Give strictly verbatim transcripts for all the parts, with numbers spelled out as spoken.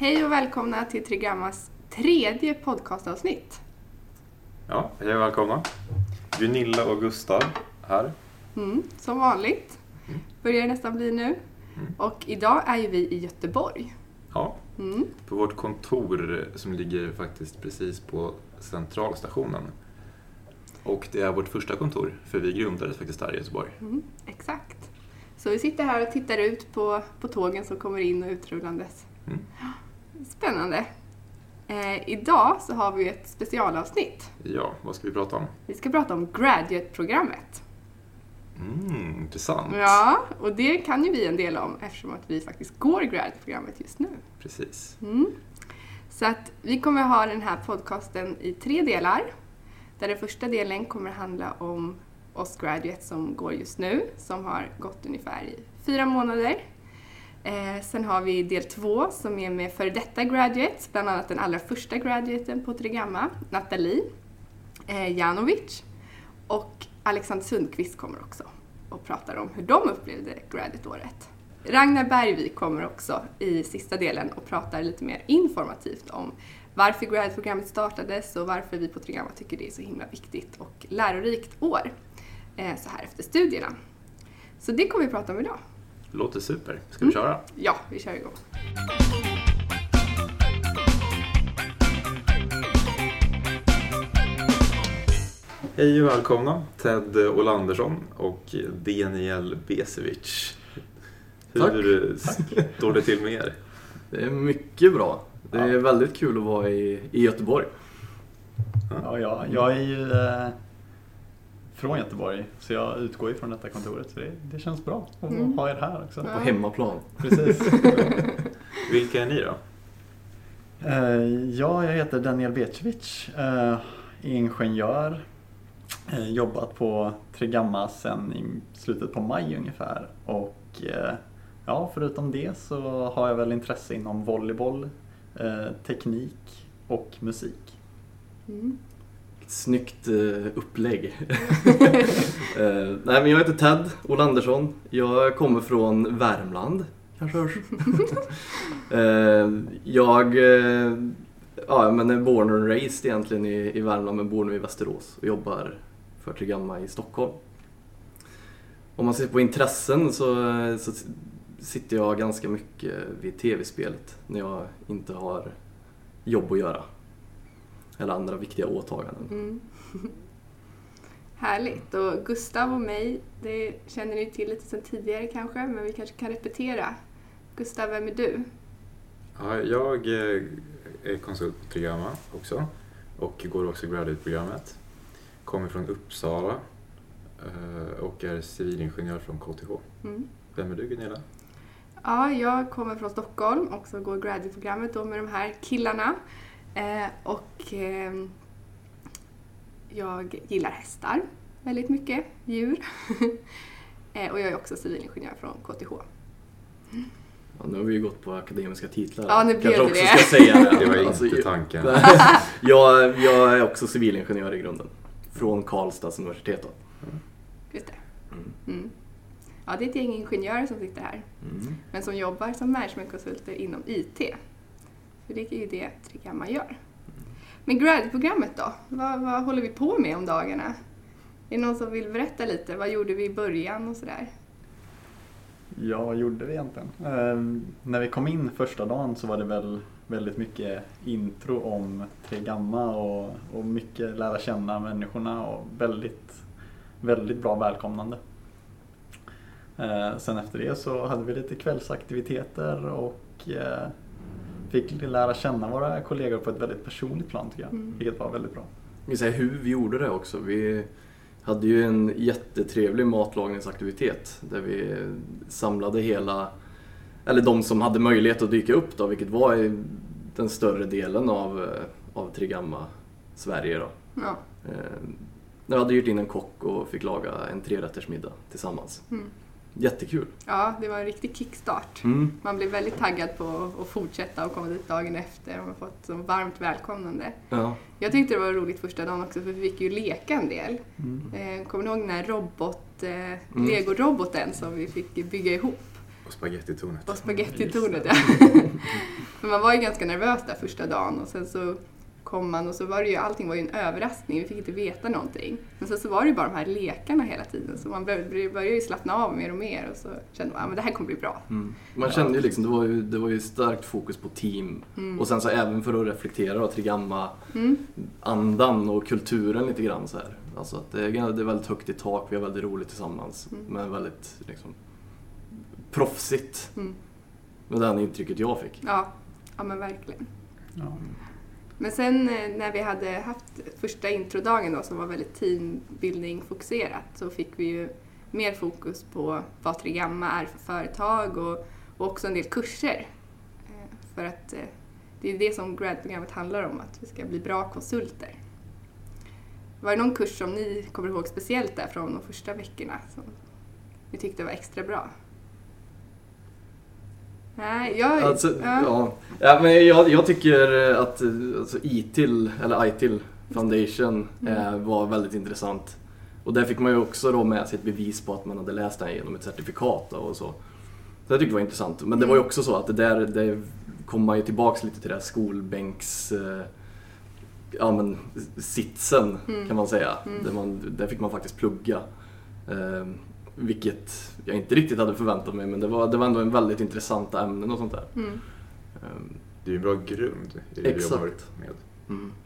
Hej och välkomna till Trigammas tredje podcastavsnitt. Ja, hej och välkomna. Gunilla och Gustav här. Mm, som vanligt. Mm. Börjar det nästan bli nu. Mm. Och idag är ju vi i Göteborg. Ja, mm. på vårt kontor som ligger faktiskt precis på centralstationen. Och det är vårt första kontor, för vi grundades faktiskt där i Göteborg. Mm, exakt. Så vi sitter här och tittar ut på, på tågen som kommer in och utrullandes. Mm. Spännande. Eh, idag så har vi ett specialavsnitt. Ja, vad ska vi prata om? Vi ska prata om Graduate-programmet. Mm, intressant. Ja, och det kan ju vi en del om eftersom att vi faktiskt går Graduate-programmet just nu. Precis. Mm. Så att vi kommer ha den här podcasten i tre delar. Där den första delen kommer handla om oss graduates som går just nu, som har gått ungefär i fyra månader. Eh, sen har vi del två som är med för detta graduates, bland annat den allra första graduaten på Trigamma, Nathalie eh, Janovic. Och Alexander Sundqvist kommer också och pratar om hur de upplevde graduate-året. Ragnar Bergvik kommer också i sista delen och pratar lite mer informativt om varför graduate-programmet startades och varför vi på Trigamma tycker det är så himla viktigt och lärorikt år eh, så här efter studierna. Så det kommer vi prata om idag. Låter super. Ska vi köra? Mm. Ja, vi kör igång. Hej och välkomna Ted Olandersson och Daniel Besevic. Hur Tack. står det till med er? Det är mycket bra. Det är ja. väldigt kul att vara i, i Göteborg. Ja, ja, jag är ju eh, från Göteborg, så jag utgår ifrån detta kontoret. Så det, det känns bra att mm. ha er här också. På hemmaplan. Precis. Vilka är ni då? Eh, ja, jag heter Daniel Besevic, eh, ingenjör. Eh, jobbat på Trigamma sedan i slutet på maj ungefär. Och eh, ja, förutom det så har jag väl intresse inom volleyboll, eh, teknik och musik. Mm. Ett snyggt uh, upplägg. uh, nej, men jag heter Ted Olandersson. Jag kommer från Värmland, kanske hörs. uh, jag uh, ja, men är born and raised egentligen i, i Värmland, men bor nu i Västerås och jobbar för Trigamma i Stockholm. Om man ser på intressen så, så sitter jag ganska mycket vid tv-spelet när jag inte har jobb att göra. Eller andra viktiga åtaganden. Mm. Härligt. Och Gustav och mig, det känner ni till lite sedan tidigare kanske, men vi kanske kan repetera. Gustav, vem är du? Ja, jag är konsult på Trigamma också och går också graduate-programmet. Kommer från Uppsala och är civilingenjör från K T H. Mm. Vem är du, Gunilla? Ja, jag kommer från Stockholm och så går graduate-programmet då med de här killarna. Eh, och eh, jag gillar hästar väldigt mycket, djur. eh, och jag är också civilingenjör från K T H. Ja, nu har vi ju gått på akademiska titlar. Ja, nu blev det också det. Ska säga det. Det var inte alltså, tanken. jag, jag är också civilingenjör i grunden. Från Karlstads universitet då. Mm. Just det. Mm. Mm. Ja, det är ett gäng ingenjörer som sitter här. Mm. Men som jobbar som managementkonsulter inom I T. För det är ju det Trigamma gör. Men graduate-programmet då? Vad, vad håller vi på med om dagarna? Är det någon som vill berätta lite? Vad gjorde vi i början och sådär? Ja, vad gjorde vi egentligen? Eh, när vi kom in första dagen så var det väl väldigt mycket intro om Trigamma och, och mycket lära känna människorna och väldigt, väldigt bra välkomnande. Eh, sen efter det så hade vi lite kvällsaktiviteter och eh, fick lära känna våra kollegor på ett väldigt personligt plan tycker jag, mm. vilket var väldigt bra. Vi säger hur vi gjorde det också. Vi hade ju en jättetrevlig matlagningsaktivitet där vi samlade hela, eller de som hade möjlighet att dyka upp då, vilket var den större delen av, av Trigamma Sverige då. Ja. Eh, när vi hade gjort in en kock och fick laga en trerättersmiddag tillsammans. Mm. Jättekul. Ja, det var en riktig kickstart. Mm. Man blev väldigt taggad på att fortsätta och komma dit dagen efter. Och man fått så varmt välkomnande. Ja. Jag tyckte det var roligt första dagen också för vi fick ju leka en del. Mm. Eh, kommer ni ihåg den här robot, eh, mm. Lego-roboten som vi fick bygga ihop? Och spagettitornet. Och spagettitornet, ja. Men man var ju ganska nervös där första dagen och sen så kom man och så var det ju, allting var ju en överraskning, vi fick inte veta någonting. Men sen så var det ju bara de här lekarna hela tiden så man började ju slappna av mer och mer och så kände man att ah, det här kommer bli bra. Mm. Man kände ju liksom, det var ju, det var ju starkt fokus på team mm. och sen så även för att reflektera då, Trigama mm. andan och kulturen lite grann så här. Alltså att det är, det är väldigt högt i tak, vi har väldigt roligt tillsammans mm. men väldigt liksom proffsigt. Mm. Med det intrycket jag fick. Ja, ja men verkligen. Ja. Men sen när vi hade haft första introdagen då, som var väldigt teambuilding fokuserat så fick vi ju mer fokus på vad Trigama är för företag och, och också en del kurser. För att det är det som Grad-programmet handlar om, att vi ska bli bra konsulter. Var det någon kurs som ni kommer ihåg speciellt där från de första veckorna som ni tyckte var extra bra? Nej, jag... Alltså, ja. Ja. Ja, men jag, jag tycker att alltså, I T I L, eller I T I L Foundation mm. eh, var väldigt intressant. Och där fick man ju också då med sig ett bevis på att man hade läst den genom ett certifikat och så. Så jag tycker det var intressant. Men det var ju också så att det där det kom man ju tillbaks lite till det här skolbänks... Eh, ja men sitsen mm. kan man säga. Mm. Där, man, där fick man faktiskt plugga. Eh, Vilket jag inte riktigt hade förväntat mig, men det var, det var ändå en väldigt intressanta ämnen och sånt där. Mm. Um, det är ju en bra grund i det exakt. vi jobbar med. Mm. Mm.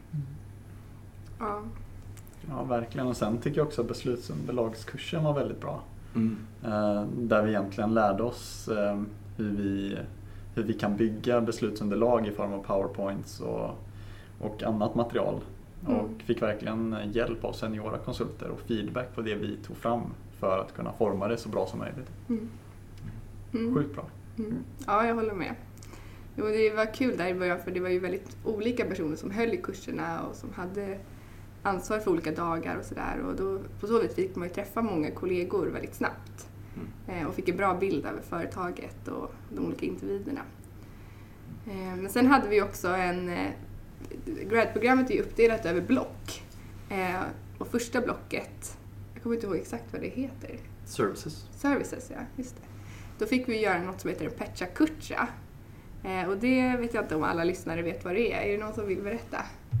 Ja. Ja, verkligen. Och sen tycker jag också att beslutsunderlagskursen var väldigt bra. Mm. Uh, där vi egentligen lärde oss uh, hur, vi, hur vi kan bygga beslutsunderlag i form av PowerPoints och, och annat material. Mm. Och fick verkligen hjälp av seniora konsulter och feedback på det vi tog fram för att kunna forma det så bra som möjligt. Mm. Mm. Sjukt bra. Mm. Ja, jag håller med. Jo, det var kul där i början för det var ju väldigt olika personer som höll i kurserna och som hade ansvar för olika dagar och sådär. Och då, på så vis fick man ju träffa många kollegor väldigt snabbt. Mm. Eh, och fick en bra bild över företaget och de olika individerna. Eh, men sen hade vi också en... Eh, Grad-programmet är ju uppdelat över block. Eh, och första blocket... Jag kommer inte ihåg exakt vad det heter. Services. Services, ja. Just det. Då fick vi göra något som heter en Pecha Kucha. Eh, och det vet jag inte om alla lyssnare vet vad det är. Är det någon som vill berätta?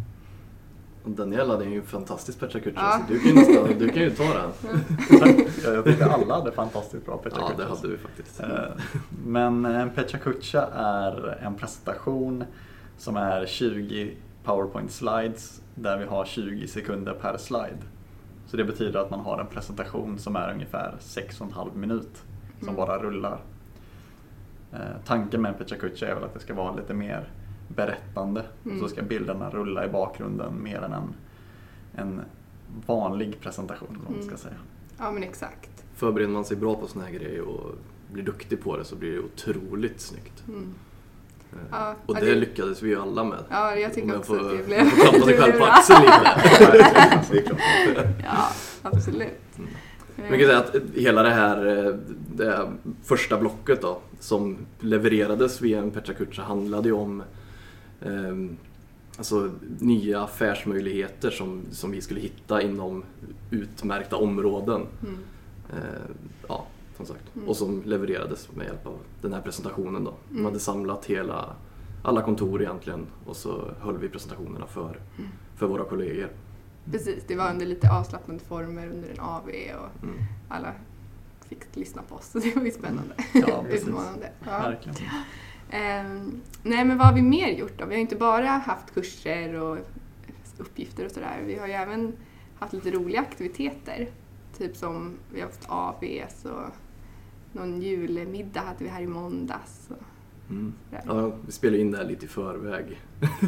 Daniela, det är ju en fantastisk Pecha Kucha. Ja. Så du kan ju, nästan, du kan ju ta den. Ja. Jag tyckte alla hade fantastiskt bra Pecha Kucha. Ja, det hade vi faktiskt. Men en Pecha Kucha är en presentation som är tjugo PowerPoint slides där vi har tjugo sekunder per slide. Så det betyder att man har en presentation som är ungefär sex och en halv minut som mm. bara rullar. Eh, tanken med en Pecha Kucha är väl att det ska vara lite mer berättande. Mm. Och så ska bilderna rulla i bakgrunden mer än en, en vanlig presentation, om man ska säga. Ja, men exakt. Förbereder man sig bra på såna här grejer och blir duktig på det så blir det otroligt snyggt. Mm. Ja, och det, det lyckades vi ju alla med. Ja, jag tycker jag också får, att det blev... Man får klappa sig själv på axeln lite. Ja, absolut. Mm. Men jag kan säga att hela det här det första blocket då, som levererades via en Pecha Kucha handlade ju om eh, alltså, nya affärsmöjligheter som, som vi skulle hitta inom utmärkta områden. Mm. Eh, ja. Som sagt. Mm. Och som levererades med hjälp av den här presentationen då. De mm. hade samlat hela, alla kontor egentligen och så höll vi presentationerna för, mm. för våra kollegor. Precis, det var under lite avslappnade former under en A V och mm. alla fick lyssna på oss, så det var ju spännande. Mm. Ja, utmanande. Ja. Verkligen. Um, nej, men vad har vi mer gjort då? Vi har inte bara haft kurser och uppgifter och sådär. Vi har ju även haft lite roliga aktiviteter. Typ som vi har haft A Vs och någon julmiddag hade vi här i måndags. Mm. Ja, vi spelade in det här lite i förväg.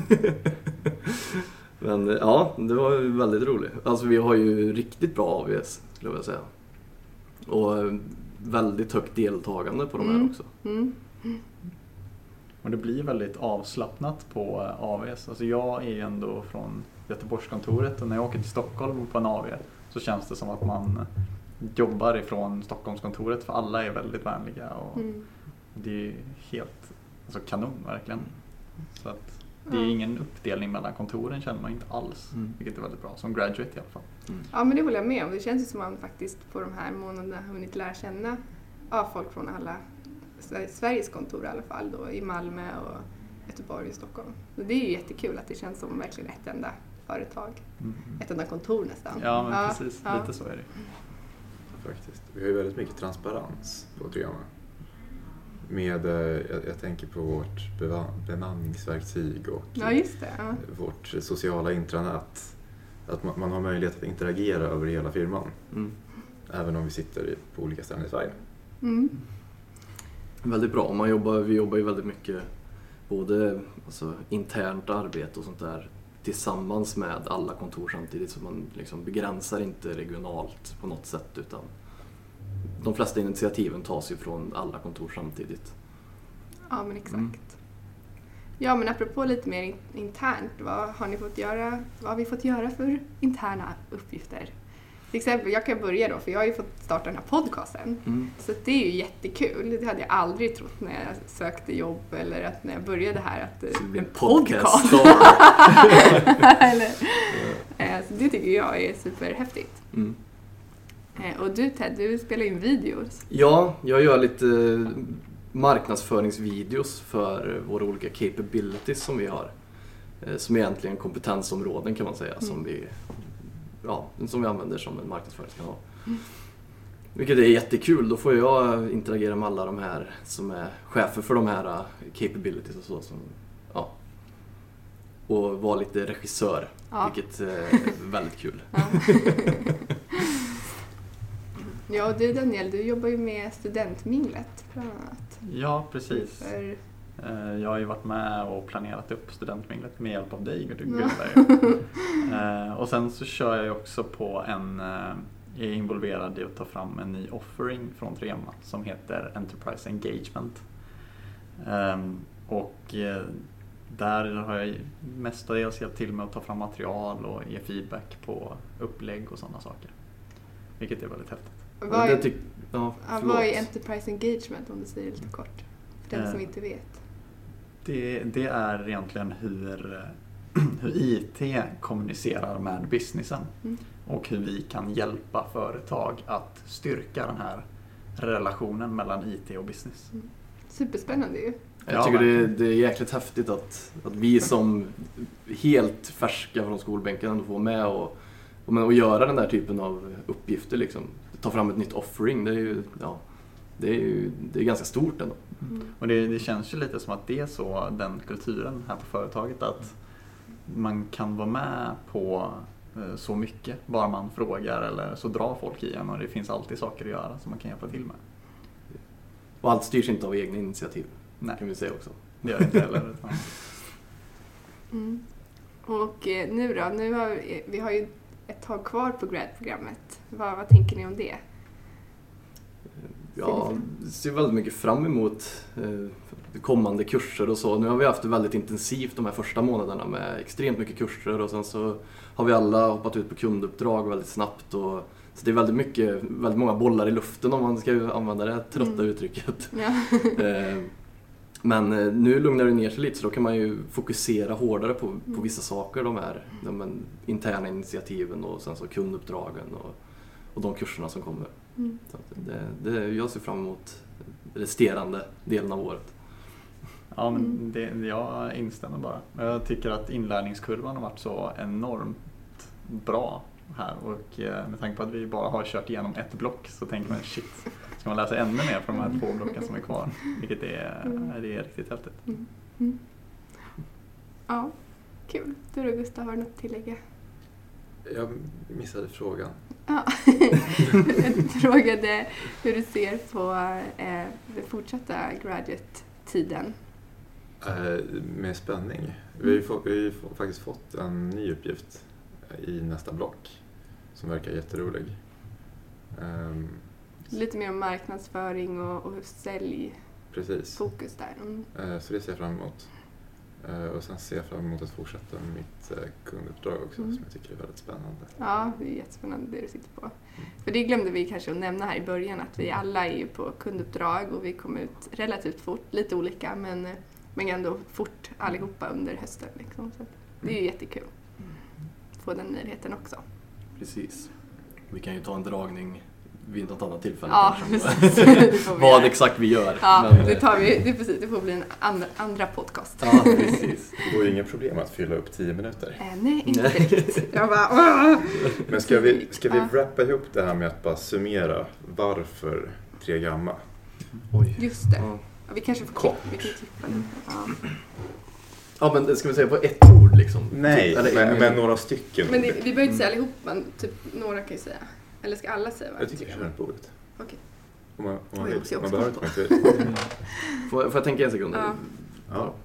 Men ja, det var väldigt roligt. Alltså vi har ju riktigt bra A Vs, skulle jag vilja säga. Och väldigt högt deltagande på de här mm. också. Mm. Och det blir väldigt avslappnat på A Vs. Alltså jag är ju ändå från Göteborgskontoret och när jag åker till Stockholm på en A V så känns det som att man jobbar ifrån Stockholmskontoret, för alla är väldigt vänliga och mm. det är helt alltså kanon verkligen. Så att det är ingen uppdelning mellan kontoren, känner man inte alls, mm. vilket är väldigt bra, som graduate i alla fall. Mm. Ja, men det håller jag med om. Det känns ju som att man faktiskt på de här månaderna har hunnit lära känna av folk från alla Sveriges kontor i alla fall då, i Malmö och Göteborg och Stockholm. Och det är ju jättekul att det känns som verkligen ett enda företag. Mm. Ett enda kontor nästan. Ja, men ja, precis. ja. Lite så är det. Faktiskt. Vi har ju väldigt mycket transparens på Triama. Med, jag, jag tänker på vårt beva- bemanningsverktyg och Ja, just det. Ja. vårt sociala intranät. Att man, man har möjlighet att interagera över hela firman. Mm. Även om vi sitter i- på olika ställen i Sverige. Mm. Väldigt bra. Man jobbar, vi jobbar ju väldigt mycket både alltså, internt arbete och sånt där tillsammans med alla kontor samtidigt, så man liksom begränsar inte regionalt på något sätt, utan de flesta initiativen tas ju från alla kontor samtidigt. Ja, men exakt. Mm. Ja, men apropå lite mer in- internt, vad har ni fått göra? Vad har vi fått göra för interna uppgifter? Till exempel, jag kan börja då, för jag har ju fått starta den här podcasten. Mm. Så det är ju jättekul. Det hade jag aldrig trott när jag sökte jobb eller att när jag började här att Så det blir en en podcast. podcast. eller, eh, så det tycker jag är superhäftigt. Mm. Eh, Och du Ted, du spelar in videos. Ja, jag gör lite marknadsföringsvideos för våra olika capabilities som vi har. Eh, Som egentligen kompetensområden kan man säga, Mm. som, vi, ja, som vi använder som en marknadsföringskanal. Vilket är jättekul, då får jag interagera med alla de här som är chefer för de här uh, capabilities och så. Som, ja. Och vara lite regissör, Ja. vilket uh, är väldigt kul. Ja. Ja, och du Daniel, du jobbar ju med studentminglet bland annat. Ja, precis. För, Eh, Jag har ju varit med och planerat upp studentminglet med hjälp av dig, Ja. Gunnberg. Eh, Och sen så kör jag ju också på en, eh, är involverad i att ta fram en ny offering från Triama som heter Enterprise Engagement. Ehm, Och eh, där har jag mestadels hjälpt till med att ta fram material och ge feedback på upplägg och sådana saker. Vilket är väldigt häftigt. vad, Det är, tyck- ja, ja, förlåt. vad är Enterprise Engagement om du säger det lite kort? För den Eh. som inte vet. Det, det är egentligen hur, hur I T kommunicerar med businessen Mm. och hur vi kan hjälpa företag att styrka den här relationen mellan I T och business. Superspännande ju. Jag Ja, tycker det är, verkligen. det är jäkligt häftigt att, att vi som helt färska från skolbänken ändå får med och, och, med och göra den där typen av uppgifter. Liksom. Ta fram ett nytt offering, det är ju, ja, det är ju det är ganska stort ändå. Mm. Och det, det känns ju lite som att det är så den kulturen här på företaget, att man kan vara med på eh, så mycket bara man frågar, eller så drar folk i en och det finns alltid saker att göra som man kan hjälpa till med. Och allt styrs inte av egna initiativ, Nej, kan vi säga också. det gör det inte heller. utan- Mm. Och eh, nu då, nu har vi, vi har ju ett tag kvar på grad-programmet. Vad, vad tänker ni om det? Jag ser väldigt mycket fram emot eh, kommande kurser och så. Nu har vi haft det väldigt intensivt de här första månaderna med extremt mycket kurser, och sen så har vi alla hoppat ut på kunduppdrag väldigt snabbt. Och, så det är väldigt mycket, väldigt många bollar i luften, om man ska använda det trötta Mm. uttrycket. Ja. Eh, Men eh, nu lugnar det ner sig lite, så då kan man ju fokusera hårdare på, på vissa saker, de här de här interna initiativen och sen så kunduppdragen och, och de kurserna som kommer. Mm. Så att det, det, jag ser fram emot resterande delen av året. Ja, men Mm. det, jag instämmer bara. Jag tycker att inlärningskurvan har varit så enormt bra här, och eh, med tanke på att vi bara har kört igenom ett block så tänker man shit, ska man läsa ännu mer från de här två blocken som är kvar? Vilket är, Mm. det är riktigt häftigt. Mm. Mm. Ja, kul. Du då Gustav, har du något att tillägga? Jag missade frågan. Ja. Jag frågade hur du ser på eh, den fortsatta graduate-tiden. Eh, med spänning. Vi har ju få, vi har ju få, faktiskt fått en ny uppgift i nästa block som verkar jätterolig. Um, Lite mer om marknadsföring och, och säljfokus precis. där. Mm. Eh, så det ser jag fram emot. Eh, och sen ser jag fram emot att fortsätta med mitt eh, kunduppdrag också, Mm. som jag tycker är väldigt spännande. Ja, det är jättespännande det du sitter på. För det glömde vi kanske att nämna här i början, att vi alla är ju på kunduppdrag och vi kom ut relativt fort, lite olika, men, men ändå fort allihopa under hösten. Liksom. Så att det är ju jättekul att få den nyheten också. Precis. Vi kan ju ta en dragning vid något annat tillfälle. Ja, kanske. precis. Det får vi Vad göra. exakt vi gör. Ja, men, det tar vi. Det, är precis, det får bli en andra, andra podcast. Ja, precis. Det går ju inga problem att fylla upp tio minuter. Äh, nej, inte Nej. direkt. Jag bara... Åh! Men ska vi, ska vi Ja. wrappa ihop det här med att bara summera varför Tre Gamma? Oj. Just det. Ja. Ja, vi kanske får Kort. klippa, vi kan klippa lite. Ja. Ja, men ska vi säga på ett ord liksom? Nej, Eller- men, men några stycken. Men det, vi behöver inte säga allihop, men typ några kan ju säga. Eller ska alla säga vad Jag tycker vi kör på ordet. Okej. Om man, om man Oj, vill. måste jag Man också behöver komma inte, man inte vill. Får, får jag tänka en sekund? Ja. Ja.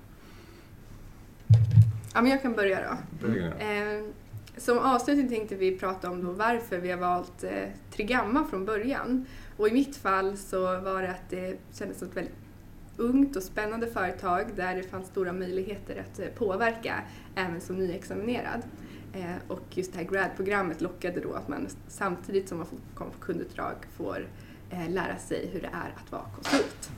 Ja, men jag kan börja då. Börja. Eh, som avslutning tänkte vi prata om då varför vi har valt eh, Tre Gamma från början. Och i mitt fall så var det att det kändes som ett väldigt ungt och spännande företag där det fanns stora möjligheter att eh, påverka även som nyexaminerad. Eh, och just det här grad-programmet lockade då att man samtidigt som man får komma på kunduppdrag får eh, lära sig hur det är att vara konsult.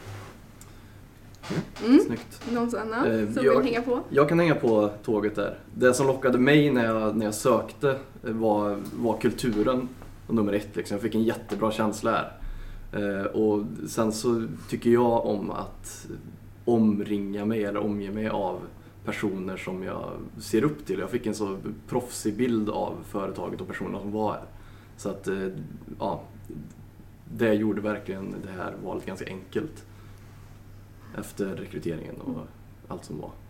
Mm. Snyggt. Någon annan Eh, som jag- vill hänga på? Jag kan hänga på tåget där. Det som lockade mig när jag, när jag sökte var, var kulturen nummer ett. Liksom. Jag fick en jättebra känsla här. Eh, och sen så tycker jag om att omringa mig eller omge mig av personer som jag ser upp till. Jag fick en så proffsig bild av företaget och personerna som var här. Så att, eh, ja, det gjorde verkligen det här valet ganska enkelt. Efter rekryteringen och allt som var.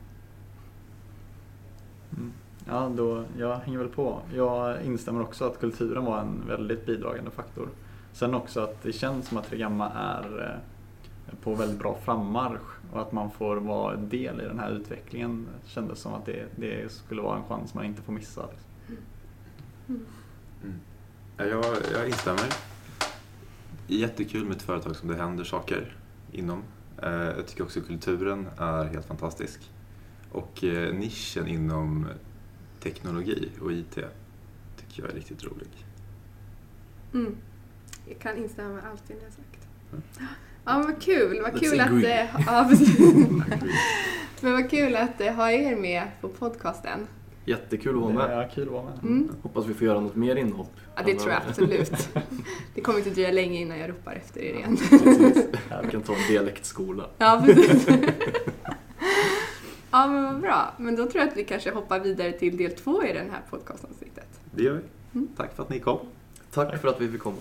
Mm. Ja, då, jag hänger väl på. Jag instämmer också att kulturen var en väldigt bidragande faktor. Sen också att det känns som att Tre Gamma är eh, på väldigt bra frammarsch och att man får vara del i den här utvecklingen. Det kändes som att det, det skulle vara en chans man inte får missa. Mm. Ja, jag, jag instämmer. Jättekul med ett företag som det händer saker inom. Eh, jag tycker också kulturen är helt fantastisk. Och eh, nischen inom teknologi och I T tycker jag är riktigt rolig. Mm. Jag kan instämma med allt det ni har sagt. Mm. Ja, men vad kul. Vad Let's kul att, agree. eh, ja, precis. Men vad kul att eh, ha er med på podcasten. Jättekul att vara med. Det är kul att vara med. Mm. Hoppas vi får göra något mer inhopp. Ja, det tror jag absolut. Det kommer inte dröja länge innan jag ropar efter er igen. Precis. Vi kan ta en dialektskola. Ja, precis. Ja, men vad bra. Men då tror jag att vi kanske hoppar vidare till del två i den här podcastavsnittet. Det gör vi. Mm. Tack för att ni kom. Tack för att vi fick komma.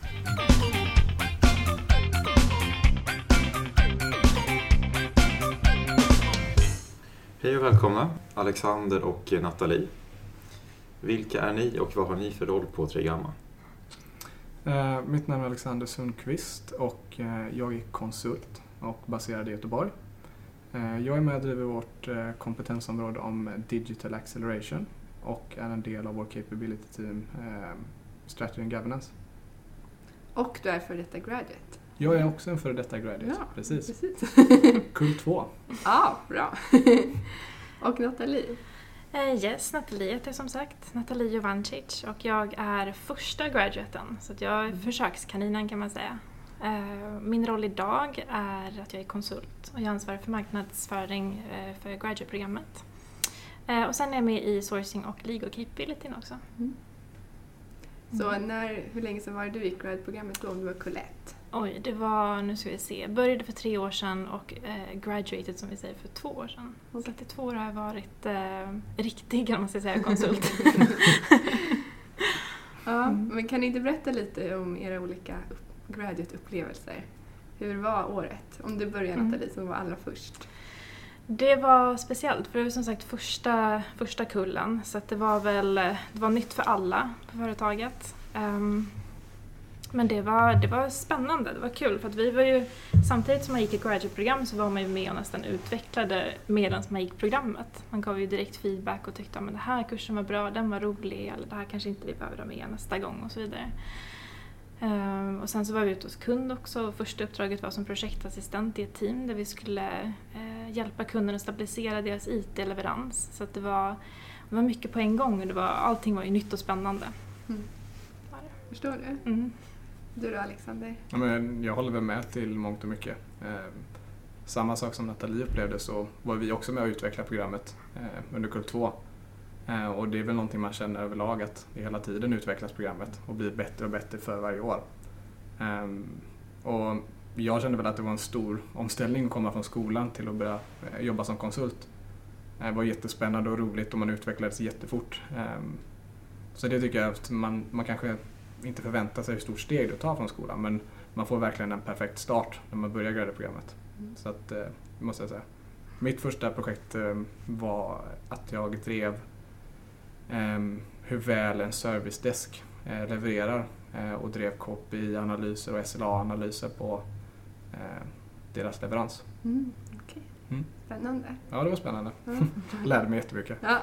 Hej och välkomna, Alexander och Nathalie. Vilka är ni och vad har ni för roll på Tre Gamma? Eh, mitt namn är Alexander Sundqvist och eh, jag är konsult och baserad i Göteborg. Eh, jag är med och driver vårt eh, kompetensområde om Digital Acceleration och är en del av vår Capability Team eh, Strategy and Governance. Och du är för detta graduate. Jag är också en före detta graduate, Ja, precis. precis. Kull två. Ja, bra. Och Nathalie. Uh, yes, Nathalie heter jag som sagt. Nathalie Jovancic och jag är första graduaten så att jag är försökskaninen kan man säga. Uh, min roll idag är att jag är konsult och jag ansvarar för marknadsföring uh, för graduate-programmet. Uh, och sen är jag med i sourcing och legal capability också. Mm. Så när, hur länge sedan var det du gick grad-programmet då om du var kull ett? Oj, det var, nu ska vi se, började för tre år sedan och eh, graduated som vi säger för två år sedan. Så att i två år har jag varit eh, riktig, kan man säga, konsult. Ja, men kan ni inte berätta lite om era olika upp- graduate-upplevelser? Hur var året? Om du börjar Mm. Nathalie som var allra först. Det var speciellt för det var som sagt första, första kullen så att det var väl det var nytt för alla på företaget. Um, men det var, det var spännande, det var kul för att vi var ju samtidigt som man gick ett graduate-program så var man ju med och nästan utvecklade medan man gick programmet. Man gav ju direkt feedback och tyckte att den här kursen var bra, den var rolig eller det här kanske inte vi behöver ha med nästa gång och så vidare. Um, och sen så var vi ute hos kund också. Första uppdraget var som projektassistent i ett team där vi skulle uh, hjälpa kunden att stabilisera deras I T-leverans. Så att det var, det var mycket på en gång och det var, allting var ju nytt och spännande. Mm. Var det. Förstår du? Mm. Du då Alexander? Ja, men jag håller väl med till mångt och mycket. Eh, samma sak som Nathalie upplevde så var vi också med och utvecklade programmet eh, under kull två. Eh, och det är väl någonting man känner överlag att det hela tiden utvecklas programmet och blir bättre och bättre för varje år. Eh, och jag kände väl att det var en stor omställning att komma från skolan till att börja eh, jobba som konsult. Det var jättespännande och roligt och man utvecklades jättefort. Eh, så det tycker jag att man, man kanske inte förväntar sig hur stort steg du tar från skolan, men man får verkligen en perfekt start när man börjar graduate-programmet. Mm. Så att, eh, måste jag säga. Mitt första projekt eh, var att jag drev eh, hur väl en servicedesk eh, levererar eh, och drev K P I-analyser och S L A-analyser på eh, deras leverans. Mm, okay. mm. Spännande. Ja, det var spännande. Mm. Lärde mig jättemycket. Ja.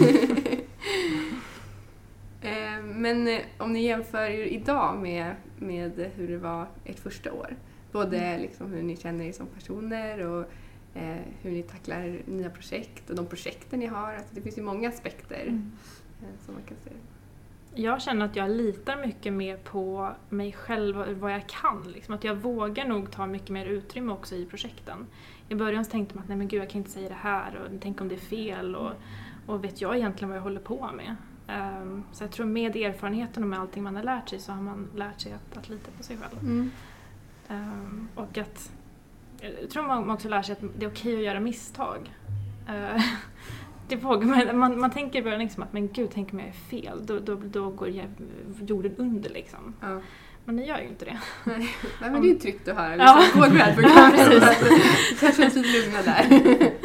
eh, men om ni jämför idag med, med hur det var ert första år, både mm. liksom hur ni känner er som personer och eh, hur ni tacklar nya projekt och de projekten ni har. Alltså det finns ju många aspekter mm. eh, som man kan se. Jag känner att jag litar mycket mer på mig själv och vad jag kan. Liksom. Att jag vågar nog ta mycket mer utrymme också i projekten. I början så tänkte man att nej men gud, jag kan inte säga det här och tänk om det är fel och, och vet jag egentligen vad jag håller på med. Um, så jag tror med erfarenheten och med allting man har lärt sig så har man lärt sig att, att lita på sig själv. Mm. Um, och att jag tror man också lär sig att det är okej att göra misstag. Uh, det vågar man, man, man tänker i början liksom att men gud, tänk om jag är fel. Då, då, då går jag, jorden under liksom. Ja. Men det gör ju inte det. Nej, Nej men det är ju tryggt att höra. Liksom, ja. Gå ett program. Kanske lite lugna där.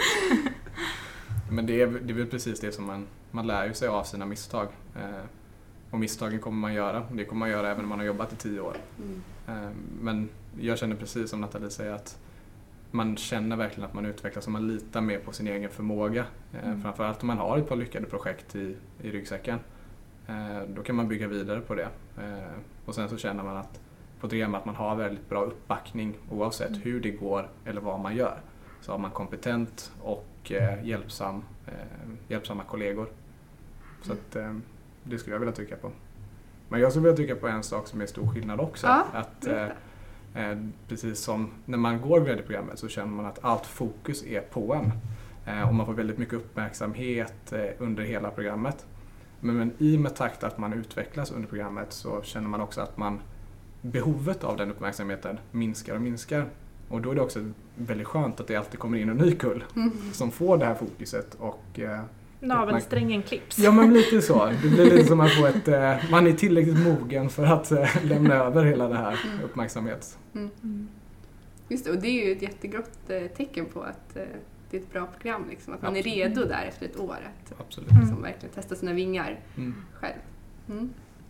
Men det är, det är väl precis det som man, man lär ju sig av sina misstag. Eh, och misstagen kommer man göra. Det kommer man göra även om man har jobbat i tio år. Mm. Eh, men jag känner precis som Nathalie säger att man känner verkligen att man utvecklas och man litar mer på sin egen förmåga. Eh, mm. Framförallt om man har ett par lyckade projekt i, i ryggsäcken. Eh, då kan man bygga vidare på det. Eh, och sen så känner man att på det att man har väldigt bra uppbackning oavsett mm. hur det går eller vad man gör. Så har man kompetent och eh, hjälpsam, eh, hjälpsamma kollegor. Så att, eh, det skulle jag vilja trycka på. Men jag skulle vilja trycka på en sak som är stor skillnad också. Ja, att, eh, eh, precis som när man går gradprogrammet så känner man att allt fokus är på en. Eh, och man får väldigt mycket uppmärksamhet eh, under hela programmet. Men, men i med takt att man utvecklas under programmet så känner man också att man behovet av den uppmärksamheten minskar och minskar. Och då är det också väldigt skönt att det alltid kommer in en ny kull mm. som får det här fokuset. Och, eh, navelsträngen klipps. Ja, men lite så. Det blir lite som att få ett, eh, man är tillräckligt mogen för att eh, lämna över hela det här mm. uppmärksamhet. Mm. Mm. Just det, och det är ju ett jättegott eh, tecken på att eh, det är ett bra program. Liksom, att man Absolut. är redo där efter ett år att Absolut. Liksom, verkligen testa sina vingar mm. själv. Mm.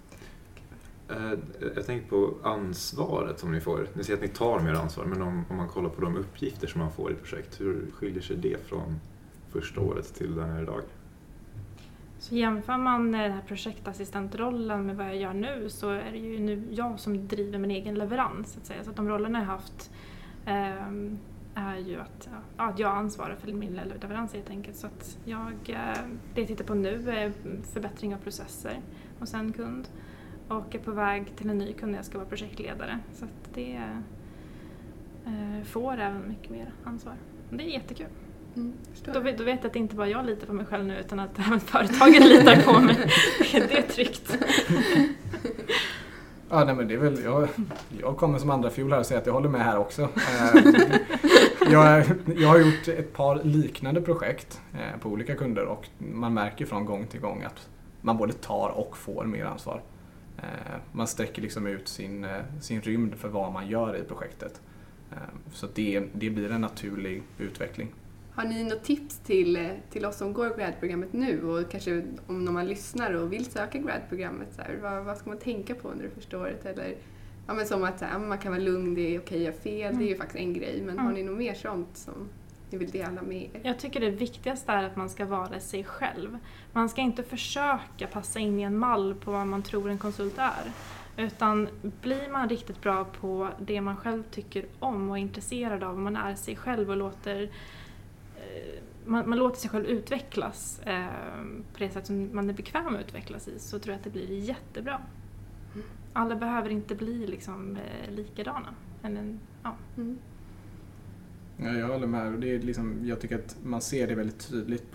Jag tänker på ansvaret som ni får. Ni säger att ni tar mer ansvar, men om, om man kollar på de uppgifter som man får i projekt, hur skiljer sig det från första året till den här idag? Så jämför man den här projektassistentrollen med vad jag gör nu så är det ju nu jag som driver min egen leverans. Så att säga. Så att de rollerna jag har haft eh, är ju att, ja, att jag ansvarar för min leverans helt enkelt. Så att jag, det jag tittar på nu är förbättring av processer och sen kund. Och är på väg till en ny kund när jag ska vara projektledare. Så att det eh, får även mycket mer ansvar. Det är jättekul. Mm, då, vet, då vet jag att inte bara jag litar på mig själv nu utan att även företagen litar på mig. Det är tryggt. Ja, nej, men det är väl, jag, jag kommer som andra fjol här och säger att jag håller med här också. jag, jag har gjort ett par liknande projekt på olika kunder och man märker från gång till gång att man både tar och får mer ansvar. Man sträcker liksom ut sin, sin rymd för vad man gör i projektet. Så det, det blir en naturlig utveckling. Har ni något tips till, till oss som går grad-programmet nu och kanske om någon man lyssnar och vill söka grad-programmet, så här, vad, vad ska man tänka på under det första året? Eller, ja, men som att så här, man kan vara lugn, det är okej att göra fel, mm. det är ju faktiskt en grej. Men mm. har ni något mer sånt som ni vill dela med er? Jag tycker det viktigaste är att man ska vara sig själv. Man ska inte försöka passa in i en mall på vad man tror en konsult är. Utan blir man riktigt bra på det man själv tycker om och är intresserad av, man är sig själv och låter Man, man låter sig själv utvecklas eh, på det sätt som man är bekväm att utvecklas i, så tror jag att det blir jättebra. Alla behöver inte bli liksom, eh, likadana. Eller, ja. Ja, jag håller med. Det är liksom, jag tycker att man ser det väldigt tydligt på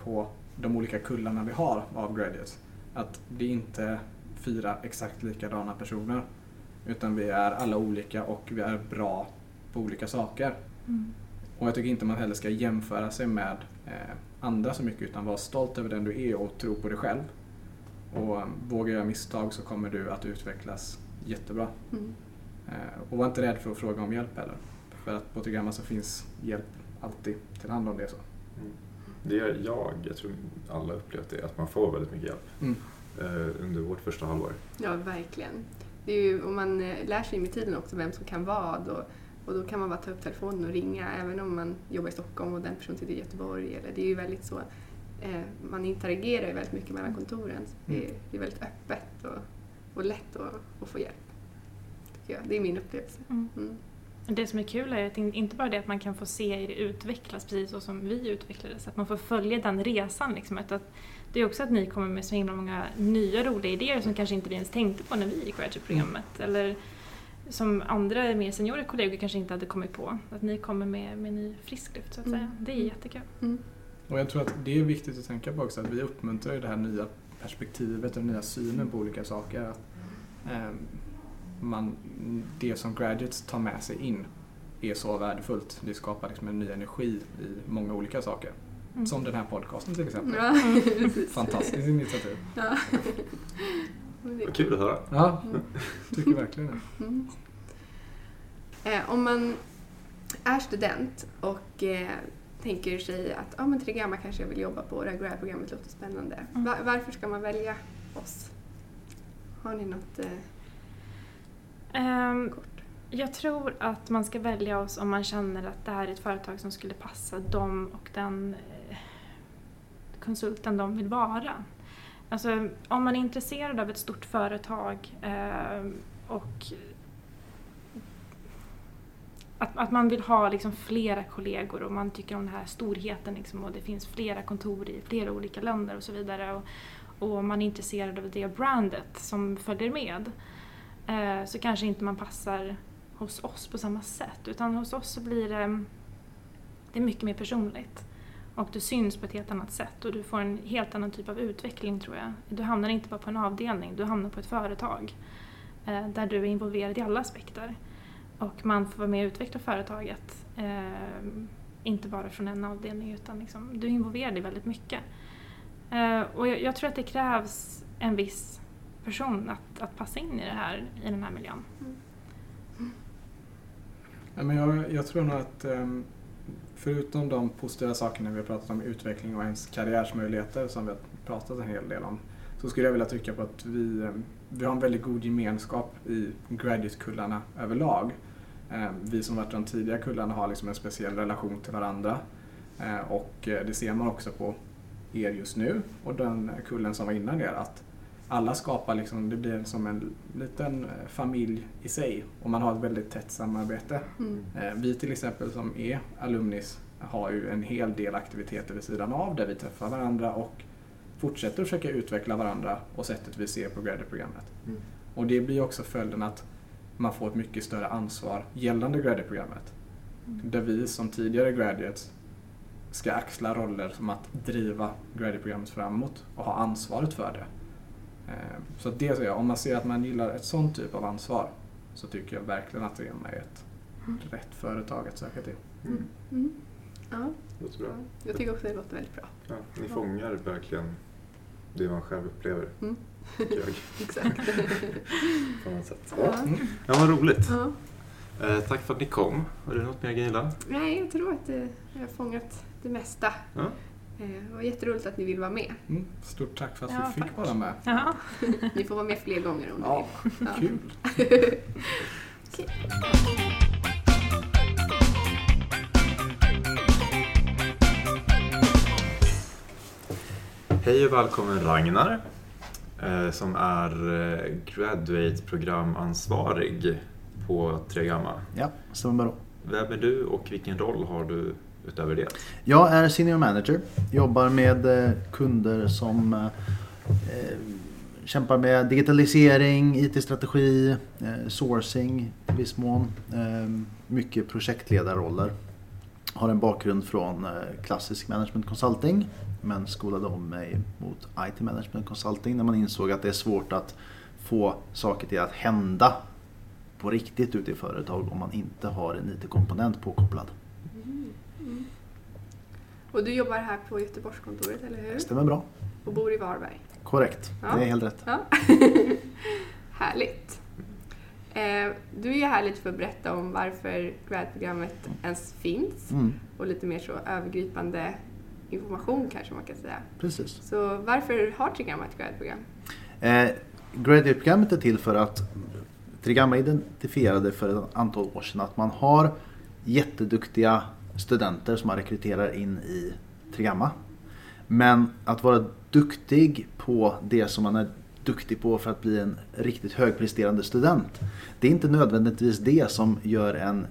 de olika kullarna vi har av graduates. Att det är inte fyra exakt likadana personer, utan vi är alla olika och vi är bra på olika saker. Mm. Och jag tycker inte man heller ska jämföra sig med eh, andra så mycket, utan vara stolt över den du är och tro på dig själv. Och um, vågar göra misstag så kommer du att utvecklas jättebra. Mm. Eh, och var inte rädd för att fråga om hjälp heller. För att på Trigama så finns hjälp alltid till hand om det är så. Mm. Det är jag, jag tror alla upplevt det, att man får väldigt mycket hjälp Mm. eh, under vårt första halvår. Ja, verkligen. Det är ju, och man eh, lär sig med tiden också vem som kan vad. Och, och då kan man bara ta upp telefonen och ringa, även om man jobbar i Stockholm och den personen sitter i Göteborg. Eller, det är ju väldigt så, eh, man interagerar ju väldigt mycket mellan kontoren. Så det, är, det är väldigt öppet och, och lätt att, att få hjälp. Tycker jag. Det är min upplevelse. Mm. Mm. Det som är kul är att inte bara det att man kan få se det utvecklas precis så som vi utvecklades, att man får följa den resan. Liksom. Att, att det är också att ni kommer med så himla många nya roliga idéer som kanske inte vi ens tänkte på när vi gick graduate-programmet. Mm. Eller som andra mer seniora kollegor kanske inte hade kommit på. Att ni kommer med, med ny frisk luft så att säga. Mm. Det är jättekul. Mm. Och jag tror att det är viktigt att tänka på också, att vi uppmuntrar det här nya perspektivet och den nya synen på olika saker. Att, eh, man, det som graduates tar med sig in är så värdefullt. Det skapar liksom en ny energi i många olika saker. Mm. Som den här podcasten till exempel. Ja, precis. Fantastiskt initiativ. Ja. Vad kul att höra. Ja, Mm. tycker verkligen det. Mm. Eh, om man är student och eh, tänker sig att ah, men Trigama kanske jag vill jobba på, det här grad-programmet låter spännande. Mm. Va- varför ska man välja oss? Har ni något eh, Ehm, kort? Jag tror att man ska välja oss om man känner att det här är ett företag som skulle passa dem och den eh, konsulten de vill vara. Alltså, om man är intresserad av ett stort företag eh, och att, att man vill ha liksom flera kollegor och man tycker om den här storheten liksom, och det finns flera kontor i flera olika länder och så vidare och, och man är intresserad av det brandet som följer med, eh, så kanske inte man passar hos oss på samma sätt, utan hos oss så blir det, det är mycket mer personligt. Och du syns på ett helt annat sätt och du får en helt annan typ av utveckling, tror jag. Du hamnar inte bara på en avdelning, du hamnar på ett företag eh, där du är involverad i alla aspekter. Och man får vara med och utveckla företaget, eh, inte bara från en avdelning, utan liksom, du är involverad i väldigt mycket. Eh, och jag, jag tror att det krävs en viss person att, att passa in i det här, i den här miljön. Ja, men jag, jag tror nog att um, förutom de positiva sakerna vi har pratat om, utveckling och ens karriärsmöjligheter som vi har pratat en hel del om, så skulle jag vilja trycka på att vi, um, vi har en väldigt god gemenskap i graduate-kullarna överlag. Um, vi som varit de tidiga kullarna har liksom en speciell relation till varandra, uh, och uh, det ser man också på er just nu och den kullen som var innan er, att alla skapar liksom, det blir som en liten familj i sig och man har ett väldigt tätt samarbete. Mm. Vi till exempel som är alumnis har ju en hel del aktiviteter vid sidan av där vi träffar varandra och fortsätter att försöka utveckla varandra och sättet vi ser på graduate-programmet. Mm. Och det blir också följden att man får ett mycket större ansvar gällande graduate-programmet. Mm. Där vi som tidigare graduates ska axla roller som att driva graduate-programmet framåt och ha ansvaret för det. Så det säger jag, om man ser att man gillar ett sånt typ av ansvar så tycker jag verkligen att Trigama är ett Mm. rätt företag att söka till. Mm. Mm. Ja, Det låter bra. ja, jag tycker också det låter väldigt bra. Ja, ni fångar verkligen det man själv upplever, Mm. tycker jag, Exakt. på något sätt. Ja. Mm. Ja, vad roligt. Ja. Eh, tack för att ni kom. Har du något mer, Gunilla? Nej, jag tror att eh, jag har fångat det mesta. Ja. Eh, Det var jätteroligt att ni vill vara med. Mm. Stort tack för att Ja, vi fick tack. vara med. Ja. Ni får vara med fler gånger om ni Ja, vill. Ja. kul. Okej. Hej och välkommen Ragnar, eh, som är eh, graduate-programansvarig på Trigama. Ja, stämmer bra. Vem är du och vilken roll har du utöver det? Jag är senior manager. Jobbar med eh, kunder som eh, kämpar med digitalisering, I T-strategi, eh, sourcing i viss mån. Eh, mycket projektledarroller. Har en bakgrund från eh, klassisk management consulting men skolade om mig mot I T Management Consulting när man insåg att det är svårt att få saker till att hända på riktigt ute i företag om man inte har en I T-komponent påkopplad. Mm. Mm. Och du jobbar här på Göteborgskontoret, eller hur? Stämmer bra. Och bor i Varberg. Korrekt, Ja. det är helt rätt. Ja. Härligt. Eh, du är ju här lite för att berätta om varför Grad-programmet ens finns. Mm. Och lite mer så övergripande information kanske man kan säga. Precis. Så varför har Trigramma ett Grad-program? Eh, Graduate-programmet är till för att Trigramma identifierade för ett antal år sedan att man har jätteduktiga studenter som man rekryterar in i Trigramma. Men att vara duktig på det som man är duktig på för att bli en riktigt högpresterande student, det är inte nödvändigtvis det som gör en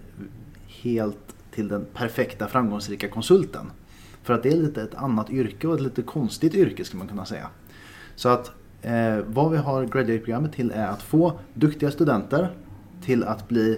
helt till den perfekta framgångsrika konsulten. För att det är lite ett annat yrke och ett lite konstigt yrke skulle man kunna säga. Så att eh, vad vi har graduate-programmet till är att få duktiga studenter till att bli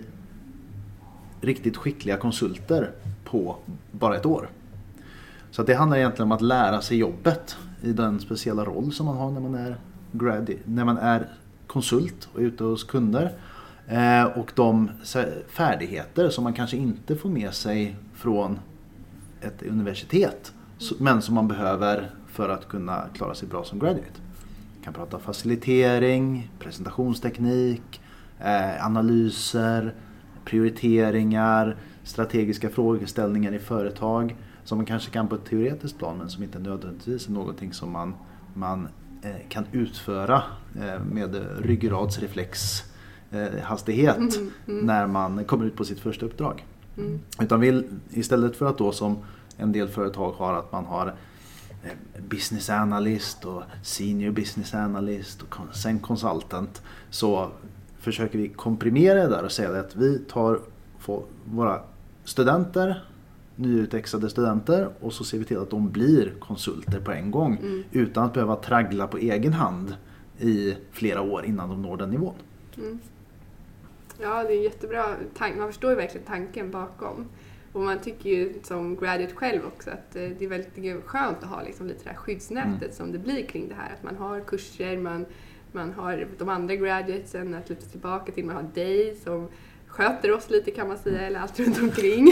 riktigt skickliga konsulter på bara ett år. Så att det handlar egentligen om att lära sig jobbet i den speciella roll som man har när man är grad, när man är konsult och ute hos kunder. Eh, och de färdigheter som man kanske inte får med sig från ett universitet, men som man behöver för att kunna klara sig bra som graduate. Man kan prata facilitering, presentationsteknik, eh, analyser, prioriteringar, strategiska frågeställningar i företag som man kanske kan på ett teoretiskt plan men som inte nödvändigtvis är någonting som man, man eh, kan utföra eh, med ryggradsreflex eh, hastighet mm, mm. när man kommer ut på sitt första uppdrag. Mm. Utan vill, istället för att då som en del företag har att man har business analyst och senior business analyst och sen consultant, så försöker vi komprimera det där och säga att vi tar våra studenter, nyutexade studenter, och så ser vi till att de blir konsulter på en gång mm. utan att behöva traggla på egen hand i flera år innan de når den nivån. Mm. Ja, det är jättebra tanke. Man förstår ju verkligen tanken bakom. Och man tycker ju som graduate själv också att det är väldigt skönt att ha liksom lite det här skyddsnätet mm. som det blir kring det här. Att man har kurser, man, man har de andra graduatesen att luta tillbaka till. Man har dig som sköter oss lite kan man säga, eller allt runt omkring.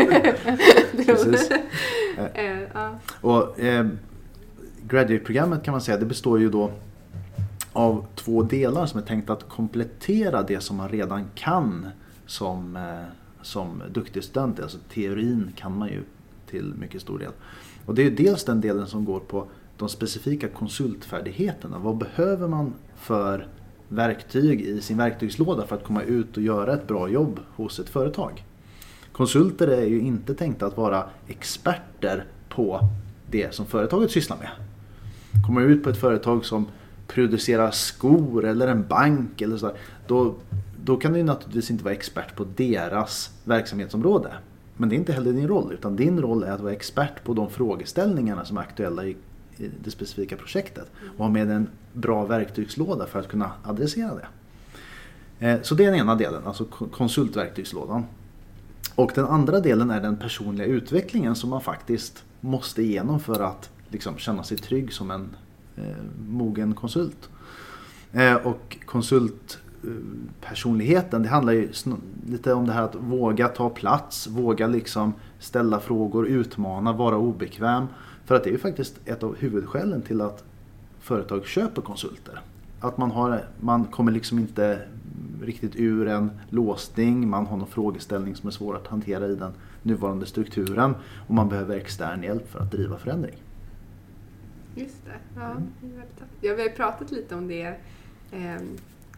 Precis. eh, ja. Och eh, graduate-programmet kan man säga, det består ju då av två delar som är tänkt att komplettera det som man redan kan som, eh, som duktig student. Alltså teorin kan man ju till mycket stor del. Och det är ju dels den delen som går på de specifika konsultfärdigheterna. Vad behöver man för verktyg i sin verktygslåda för att komma ut och göra ett bra jobb hos ett företag? Konsulter är ju inte tänkta att vara experter på det som företaget sysslar med. Kommer ut på ett företag som producerar skor eller en bank eller så där, då, då kan du naturligtvis inte vara expert på deras verksamhetsområde. Men det är inte heller din roll, utan din roll är att vara expert på de frågeställningarna som är aktuella i, i det specifika projektet och ha med en bra verktygslåda för att kunna adressera det. Eh, så det är den ena delen, alltså konsultverktygslådan. Och den andra delen är den personliga utvecklingen som man faktiskt måste igenom för att liksom känna sig trygg som en eh, mogen konsult. Eh, och konsultpersonligheten, det handlar ju lite om det här att våga ta plats, våga liksom ställa frågor, utmana, vara obekväm. För att det är ju faktiskt ett av huvudskälen till att företag köper konsulter. Att man, har, man kommer liksom inte riktigt ur en låsning, man har någon frågeställning som är svår att hantera i den nuvarande strukturen och man behöver extern hjälp för att driva förändring. Just det, ja. Mm. Ja, vi har pratat lite om det eh, eh,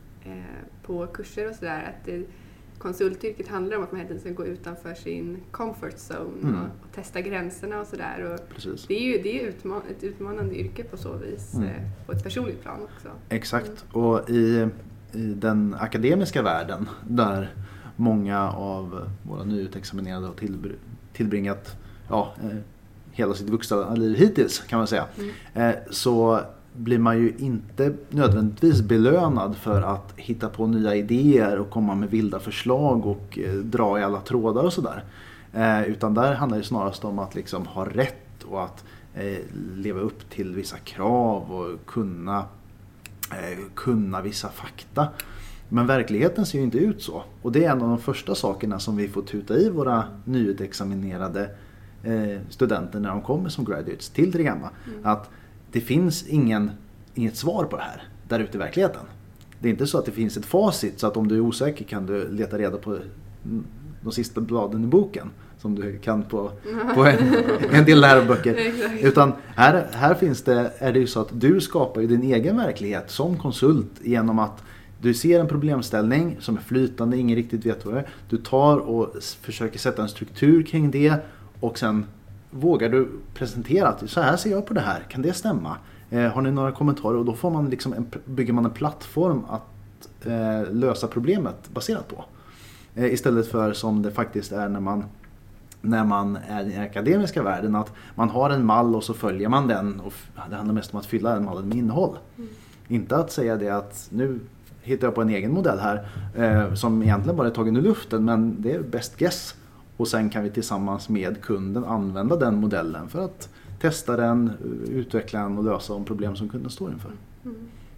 på kurser och sådär, att det, konsultyrket handlar om att man hela tiden ska gå utanför sin comfort zone mm. och, och testa gränserna och sådär. Det är ju det är utman- ett utmanande yrke på så vis, mm. eh, på ett personligt plan också. Exakt, mm. och i, i den akademiska världen där många av våra nyutexaminerade har tillbr- tillbringat ja, eh, hela sitt vuxna liv hittills kan man säga, mm. eh, så blir man ju inte nödvändigtvis belönad för att hitta på nya idéer och komma med vilda förslag och eh, dra i alla trådar och sådär. Eh, utan där handlar det snarast om att liksom ha rätt och att eh, leva upp till vissa krav och kunna, eh, kunna vissa fakta. Men verkligheten ser ju inte ut så. Och det är en av de första sakerna som vi får tuta i våra nyutexaminerade eh, studenter när de kommer som graduates till Trigama. Mm. Att det finns ingen, inget svar på det här där ute i verkligheten. Det är inte så att det finns ett facit så att om du är osäker kan du leta reda på de sista bladen i boken som du kan på, på en, en del läroböcker. Utan här, här finns det, är det ju så att du skapar ju din egen verklighet som konsult genom att du ser en problemställning som är flytande, ingen riktigt vet vad det är. Du tar och försöker sätta en struktur kring det och sen vågar du presentera att så här ser jag på det här, kan det stämma? Eh, har ni några kommentarer? Och då får man liksom en, bygger man en plattform att eh, lösa problemet baserat på. Eh, istället för som det faktiskt är när man, när man är i den akademiska världen, att man har en mall och så följer man den och det handlar mest om att fylla den mallen med innehåll. Mm. Inte att säga det att nu hittar jag på en egen modell här eh, som egentligen bara är tagen ur luften, men det är best guess. Och sen kan vi tillsammans med kunden använda den modellen för att testa den, utveckla den och lösa de problem som kunden står inför. Mm.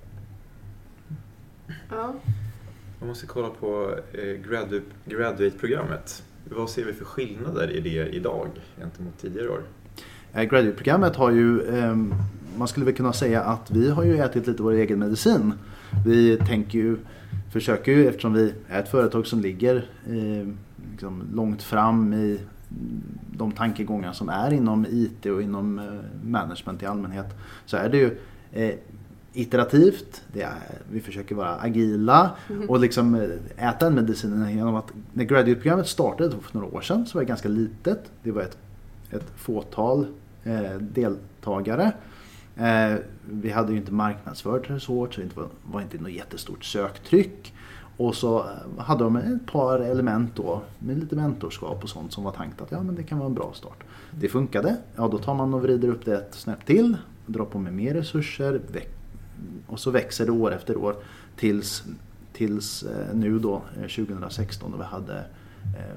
Ja. Man måste kolla på eh, gradu- graduate-programmet. Vad ser vi för skillnader i det idag gentemot tidigare år? Eh, graduate-programmet har ju, eh, man skulle väl kunna säga att vi har ju ätit lite vår egen medicin. Vi tänker ju, försöker ju, eftersom vi är ett företag som ligger eh, liksom långt fram i de tankegångar som är inom I T och inom eh, management i allmänhet, så är det ju eh, iterativt, det är, vi försöker vara agila mm. och liksom äta en medicin genom att när graduate-programmet startade för några år sedan så var det ganska litet. Det var ett, ett fåtal eh, deltagare. Eh, vi hade ju inte marknadsfört det så hårt, så det var, var inte något jättestort söktryck. Och så hade de ett par element då med lite mentorskap och sånt som var tänkt att ja, men det kan vara en bra start. Det funkade. Ja, då tar man och vrider upp det ett snäpp till, drar på med mer resurser och så växer det år efter år tills, tills nu då tjugohundrasexton då vi hade eh,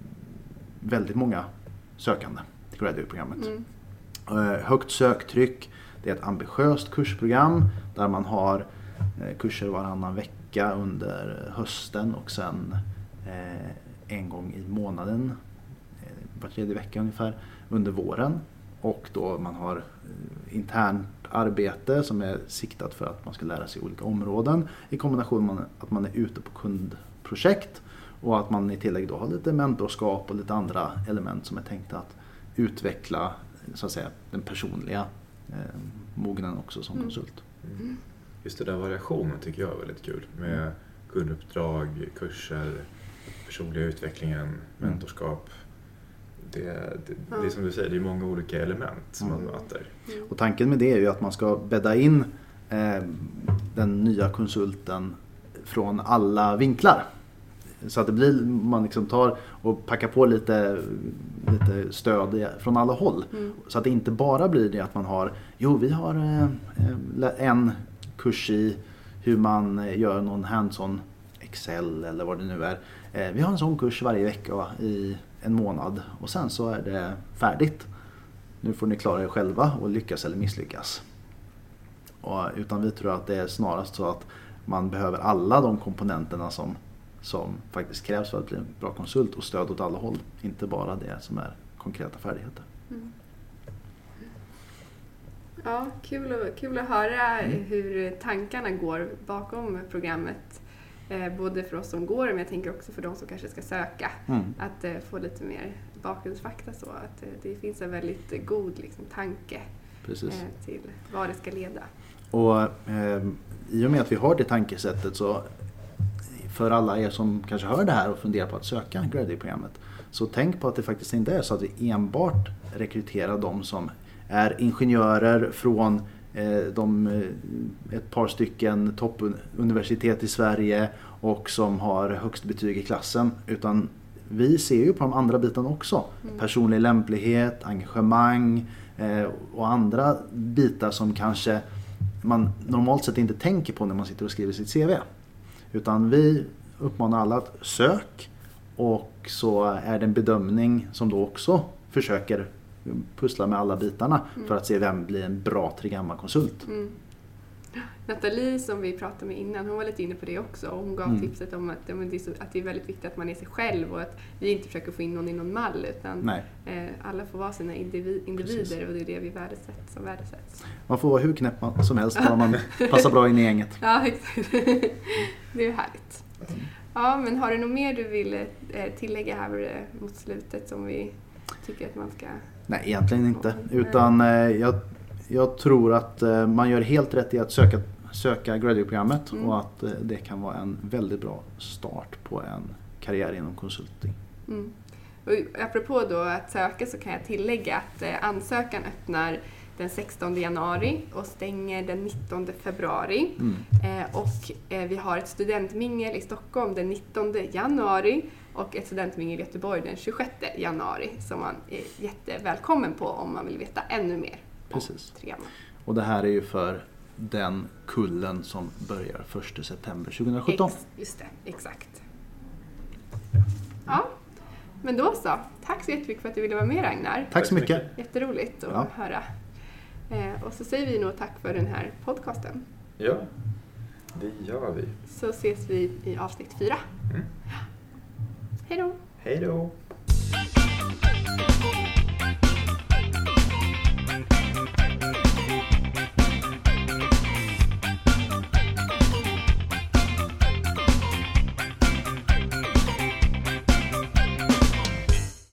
väldigt många sökande till graduate-programmet. Mm. Eh, högt söktryck, det är ett ambitiöst kursprogram där man har eh, kurser varannan vecka under hösten och sen eh, en gång i månaden, eh, var tredje vecka ungefär, under våren. Och då man har eh, internt arbete som är siktat för att man ska lära sig olika områden i kombination med att man är ute på kundprojekt och att man i tillägg då har lite mentorskap och lite andra element som är tänkta att utveckla så att säga den personliga eh, mognaden också som mm. konsult. Mm. Just den där variationen tycker jag är väldigt kul med kunduppdrag, kurser, personliga utvecklingen, mentorskap. Det, det, det är som du säger, det är många olika element som mm. man möter. Och tanken med det är ju att man ska bädda in eh, den nya konsulten från alla vinklar. Så att det blir, man liksom tar och packar på lite, lite stöd från alla håll. Mm. Så att det inte bara blir det att man har, jo vi har eh, en kurs i hur man gör någon hands-on Excel eller vad det nu är. Eh, vi har en sån kurs varje vecka i en månad och sen så är det färdigt. Nu får ni klara er själva och lyckas eller misslyckas. Och, utan vi tror att det är snarast så att man behöver alla de komponenterna som, som faktiskt krävs för att bli en bra konsult och stöd åt alla håll. Inte bara det som är konkreta färdigheter. Mm. Ja, kul, och, kul att höra mm. hur tankarna går bakom programmet. Eh, både för oss som går, men jag tänker också för de som kanske ska söka. Mm. Att eh, få lite mer bakgrundsfakta så att eh, det finns en väldigt eh, god liksom, tanke eh, till vad det ska leda. Och eh, i och med att vi har det tankesättet så för alla er som kanske hör det här och funderar på att söka graduate-programmet, så tänk på att det faktiskt inte är så att vi enbart rekryterar de som är ingenjörer från eh, de, ett par stycken toppuniversitet i Sverige och som har högst betyg i klassen, utan vi ser ju på de andra bitarna också. Mm. Personlig lämplighet, engagemang eh, och andra bitar som kanske man normalt sett inte tänker på när man sitter och skriver sitt C V. Utan vi uppmanar alla att sök, och så är det en bedömning som då också försöker pussla med alla bitarna Mm. för att se vem blir en bra Trigama-konsult. Mm. Nathalie som vi pratade med innan, hon var lite inne på det också. Och hon gav Mm. tipset om att, ja, men det är så, att det är väldigt viktigt att man är sig själv och att vi inte försöker få in någon i någon mall utan Nej. eh, alla får vara sina individ, individer Precis. och det är det vi värdesätts som värdesätts. Man får vara hur knäpp man- som helst bara man passar bra in i gänget. Ja, exakt. Det är härligt. Ja, men har du något mer du vill eh, tillägga här eh, mot slutet som vi tycker att man ska... Nej, egentligen inte. Utan eh, jag, jag tror att eh, man gör helt rätt i att söka, söka graduate-programmet Mm. och att eh, det kan vara en väldigt bra start på en karriär inom konsulting. Mm. Och apropå då att söka så kan jag tillägga att eh, ansökan öppnar den sextonde januari och stänger den nittonde februari. Mm. Eh, och eh, vi har ett studentmingel i Stockholm den nittonde januari och ett studentmingel i Göteborg den tjugosjätte januari som man är jättevälkommen på om man vill veta ännu mer om Precis. Trigama. Och det här är ju för den kullen som börjar första september tjugohundrasjutton. Ex- just det, exakt. Ja, men då så. Tack så jättemycket för att du ville vara med, Ragnar. Tack så mycket. Jätteroligt att Ja. höra. Eh, och så säger vi nog tack för den här podcasten. Ja, det gör vi. Så ses vi i avsnitt fyra. Mm. Hej då! Hej då!